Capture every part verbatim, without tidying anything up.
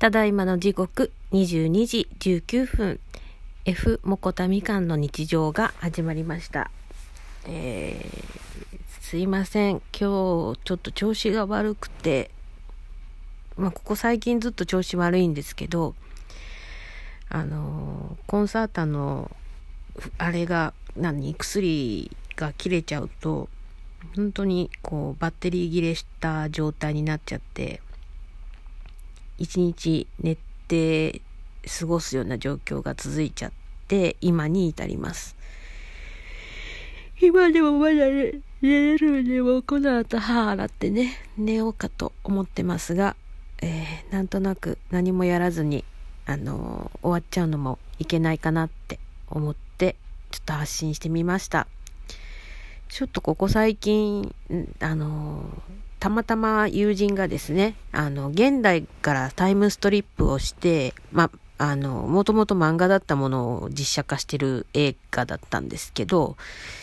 ただいまの時刻にじゅうにじじゅうきゅうふん、 F もこたみかんの日常が始まりました。えー、すいません、今日ちょっと調子が悪くて、まあここ最近ずっと調子悪いんですけど、あのコンサータのあれが何薬が切れちゃうと本当にこうバッテリー切れした状態になっちゃって、一日寝て過ごすような状況が続いちゃって今に至ります。今でもまだ寝れるんで、もうこの後歯洗ってね寝ようかと思ってますが、えー、なんとなく何もやらずにあのー、終わっちゃうのもいけないかなって思ってちょっと発信してみました。ちょっとここ最近あのー、たまたま友人がですね、あの現代からタイムストリップをして、まあのもともと漫画だったものを実写化してる映画だったんですけど、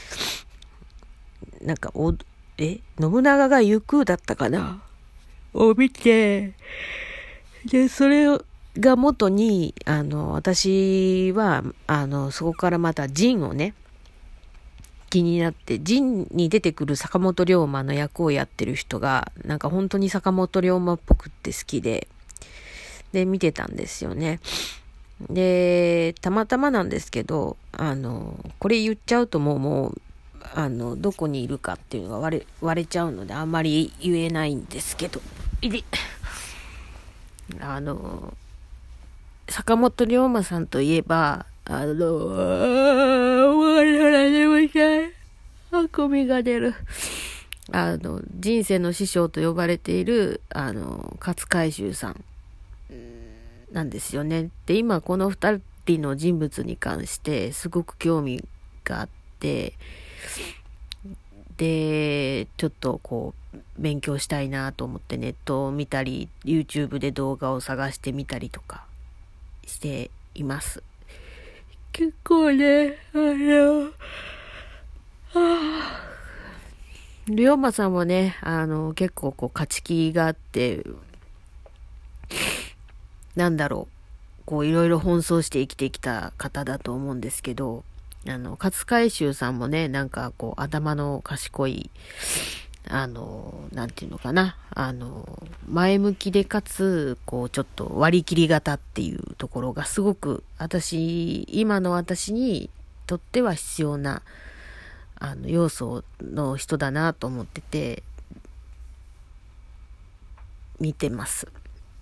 なんかおえ信長が行くだったかなを見て、でそれが元にあの私はあのそこからまた仁をね気になって、仁に出てくる坂本龍馬の役をやってる人がなんか本当に坂本龍馬っぽくって好きでで見てたんですよね。でたまたまなんですけど、あのこれ言っちゃうともうもうあのどこにいるかっていうのが割れ割れちゃうのであんまり言えないんですけど、いであの坂本龍馬さんといえばあのでもないあこみが出るあの人生の師匠と呼ばれているあの勝海舟さんなんですよね。で今この二人の人物に関してすごく興味があって、でちょっとこう勉強したいなと思ってネットを見たり YouTube で動画を探してみたりとかしています。結構ねあのはあ龍馬さんもねあの結構こう勝ち気があって、なんだろうこういろいろ奔走して生きてきた方だと思うんですけど、あの勝海舟さんもねなんかこう頭の賢いあのなんていうのかなあの前向きでかつこうちょっと割り切り型っていうところがすごく私今の私にとっては必要なあの要素の人だなと思ってて見てます。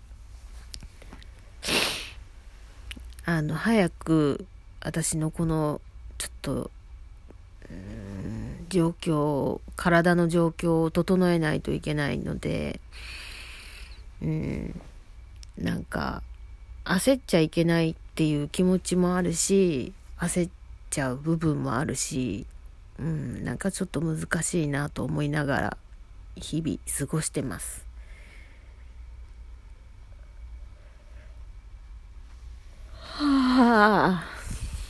あの早く私のこのちょっとうーん状況体の状況を整えないといけないので、うんなんか焦っちゃいけないっていう気持ちもあるし、焦っちゃう部分もあるし、うん、なんかちょっと難しいなと思いながら日々過ごしてます。はあ、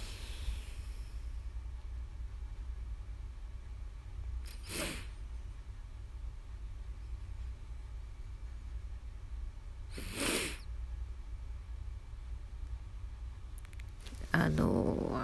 あの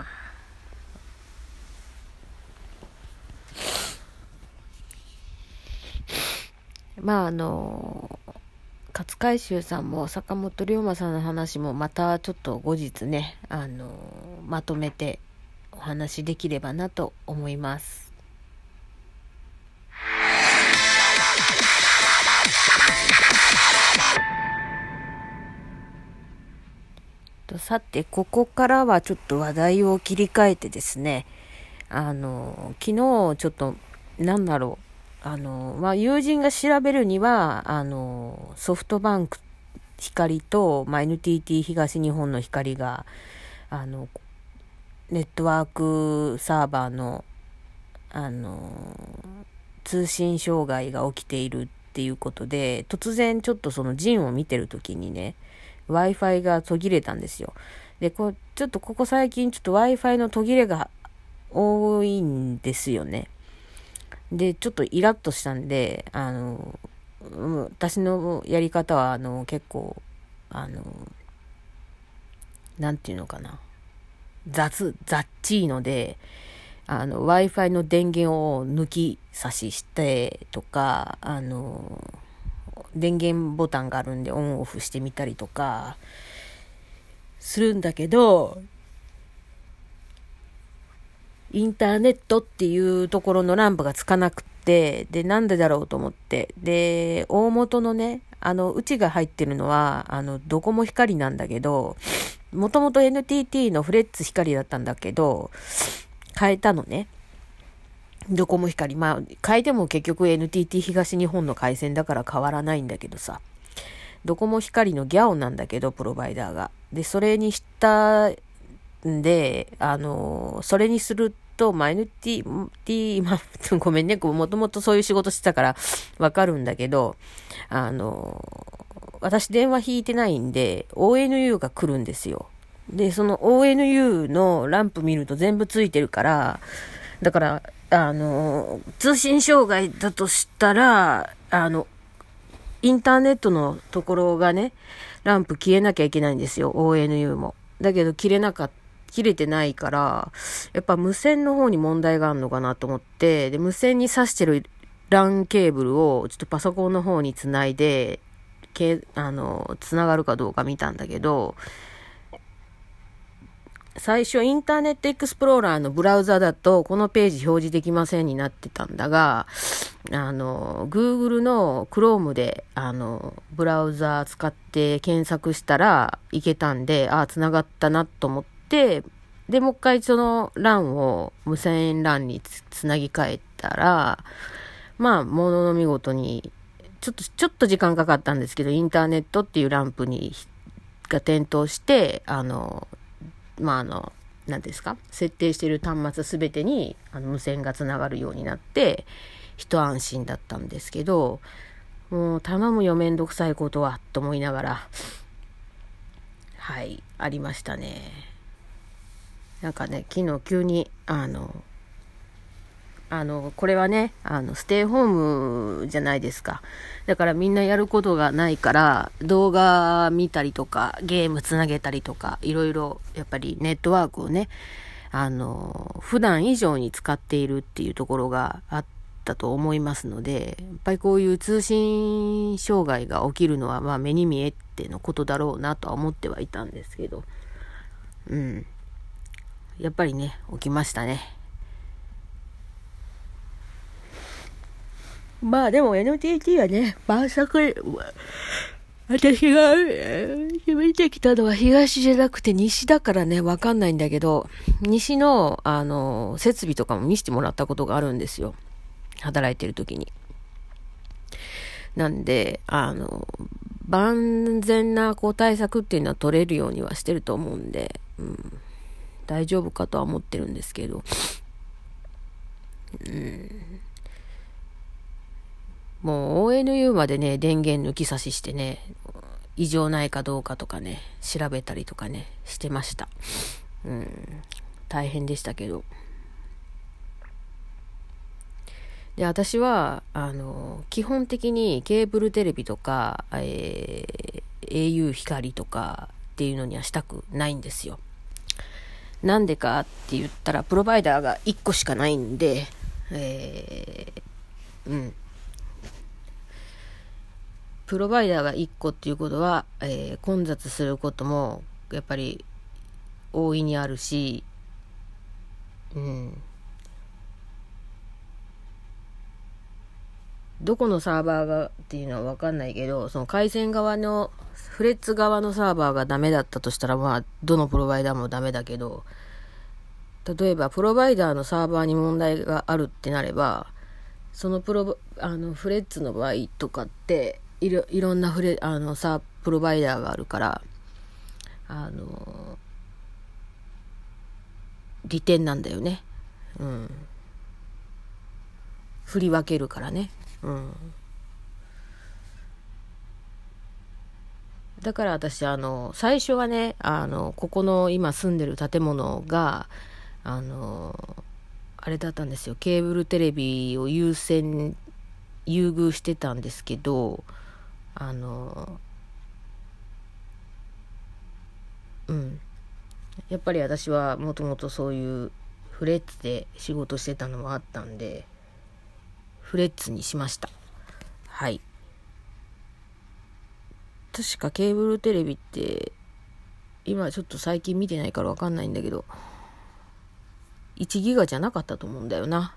まああの勝海舟さんも坂本龍馬さんの話もまたちょっと後日ねあのまとめてお話できればなと思います。さてここからはちょっと話題を切り替えてですね、あの昨日ちょっとなんだろうあの、まあ、友人が調べるにはあのソフトバンク光と、まあ、エヌティーティー 東日本の光があのネットワークサーバーのあの通信障害が起きているっていうことで、突然ちょっとそのジンを見てるときにね Wi-Fi が途切れたんですよ。でこうちょっとここ最近ちょっと Wi-Fi の途切れが多いんですよね。でちょっとイラッとしたんで、あの私のやり方はあの結構あのなんていうのかな、雑雑ちいので、あの Wi-Fi の電源を抜き差ししてとか、あの電源ボタンがあるんでオンオフしてみたりとかするんだけど、インターネットっていうところのランプがつかなくて、でなんでだろうと思って、で大元のね、あのうちが入ってるのはあのドコモ光なんだけど、もともと エヌティーティー のフレッツ光だったんだけど変えたのね、ドコモ光。まあ変えても結局 エヌティーティー 東日本の回線だから変わらないんだけどさ、ドコモ光のギャオなんだけどプロバイダーが、でそれにしたんで、あのそれにすると、まあ、エヌティーティー、まあ、ごめんね、もともとそういう仕事してたからわかるんだけど、あの私電話引いてないんで オーエヌユー が来るんですよ。でその オーエヌユー のランプ見ると全部ついてるから、だからあの通信障害だとしたら、あのインターネットのところがね、ランプ消えなきゃいけないんですよ、 オーエヌユー も。だけど切れなかった切れてないから、やっぱ無線の方に問題があるのかなと思って、で無線に挿してる ラン ケーブルをちょっとパソコンの方につないで、けあのつながるかどうか見たんだけど、最初インターネットエクスプローラーのブラウザだとこのページ表示できませんになってたんだが、あの Google の Chrome であのブラウザ使って検索したらいけたんで、ああ繋がったなと思って、でもう一回その ラン を無線 ラン に つ, つなぎ替えたら、まあものの見事にちょっとちょっと時間かかったんですけど、インターネットっていうランプにが点灯して、あのまああの何ですか、設定している端末すべてにあの無線がつながるようになって一安心だったんですけど、もう頼むよめんどくさいことはと思いながら、はいありましたね。なんかね、昨日急にあのあのこれはね、あのステイホームじゃないですか。だからみんなやることがないから動画見たりとかゲームつなげたりとか、いろいろやっぱりネットワークをね、あの普段以上に使っているっていうところがあったと思いますので、やっぱりこういう通信障害が起きるのはまあ目に見えてのことだろうなとは思ってはいたんですけど、うんやっぱりね起きましたね。まあでも エヌティーティー はね、晩作、私が見てきたのは東じゃなくて西だからね、わかんないんだけど、西の、あの、設備とかも見せてもらったことがあるんですよ。働いてる時に。なんで、あの、万全なこう対策っていうのは取れるようにはしてると思うんで、うん、大丈夫かとは思ってるんですけど、うんもう オーエヌユー までね、電源抜き差ししてね、異常ないかどうかとかね、調べたりとかね、してました。うん、大変でしたけど。で、私は、あの、基本的にケーブルテレビとか、えー、エーユー 光とかっていうのにはしたくないんですよ。なんでかって言ったら、プロバイダーがいっこしかないんで、えー、うん。プロバイダーがいっこっていうことは、えー、混雑することもやっぱり大いにあるし、うん、どこのサーバーがっていうのは分かんないけど、その回線側のフレッツ側のサーバーがダメだったとしたら、まあどのプロバイダーもダメだけど、例えばプロバイダーのサーバーに問題があるってなれば、そのプロあのフレッツの場合とかっていろ、いろんなフレあのさプロバイダーがあるから、あの利点なんだよね。うん。振り分けるからね。うん。だから私あの最初はね、あのここの今住んでる建物があのあれだったんですよ。ケーブルテレビを優先優遇してたんですけど、あのうんやっぱり私はもともとそういうフレッツで仕事してたのもあったんで、フレッツにしました。はい。確かケーブルテレビって今ちょっと最近見てないからわかんないんだけど、いちギガじゃなかったと思うんだよな。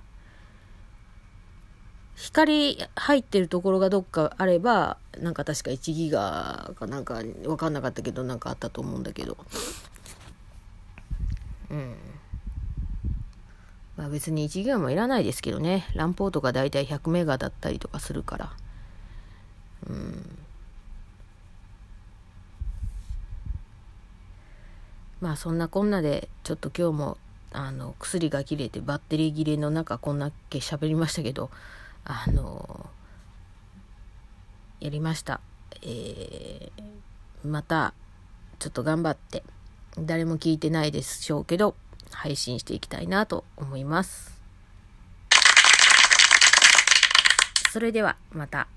光入ってるところがどっかあれば、なんか確かいちギガかなんかわかんなかったけど、なんかあったと思うんだけど。うん。まあ別にいちギガもいらないですけどね。ランポートがだいたいひゃくメガだったりとかするから。うん。まあそんなこんなで、ちょっと今日もあの薬が切れてバッテリー切れの中こんなけ喋りましたけど、あのやりました。えー、またちょっと頑張って誰も聞いてないでしょうけど配信していきたいなと思います。それではまた。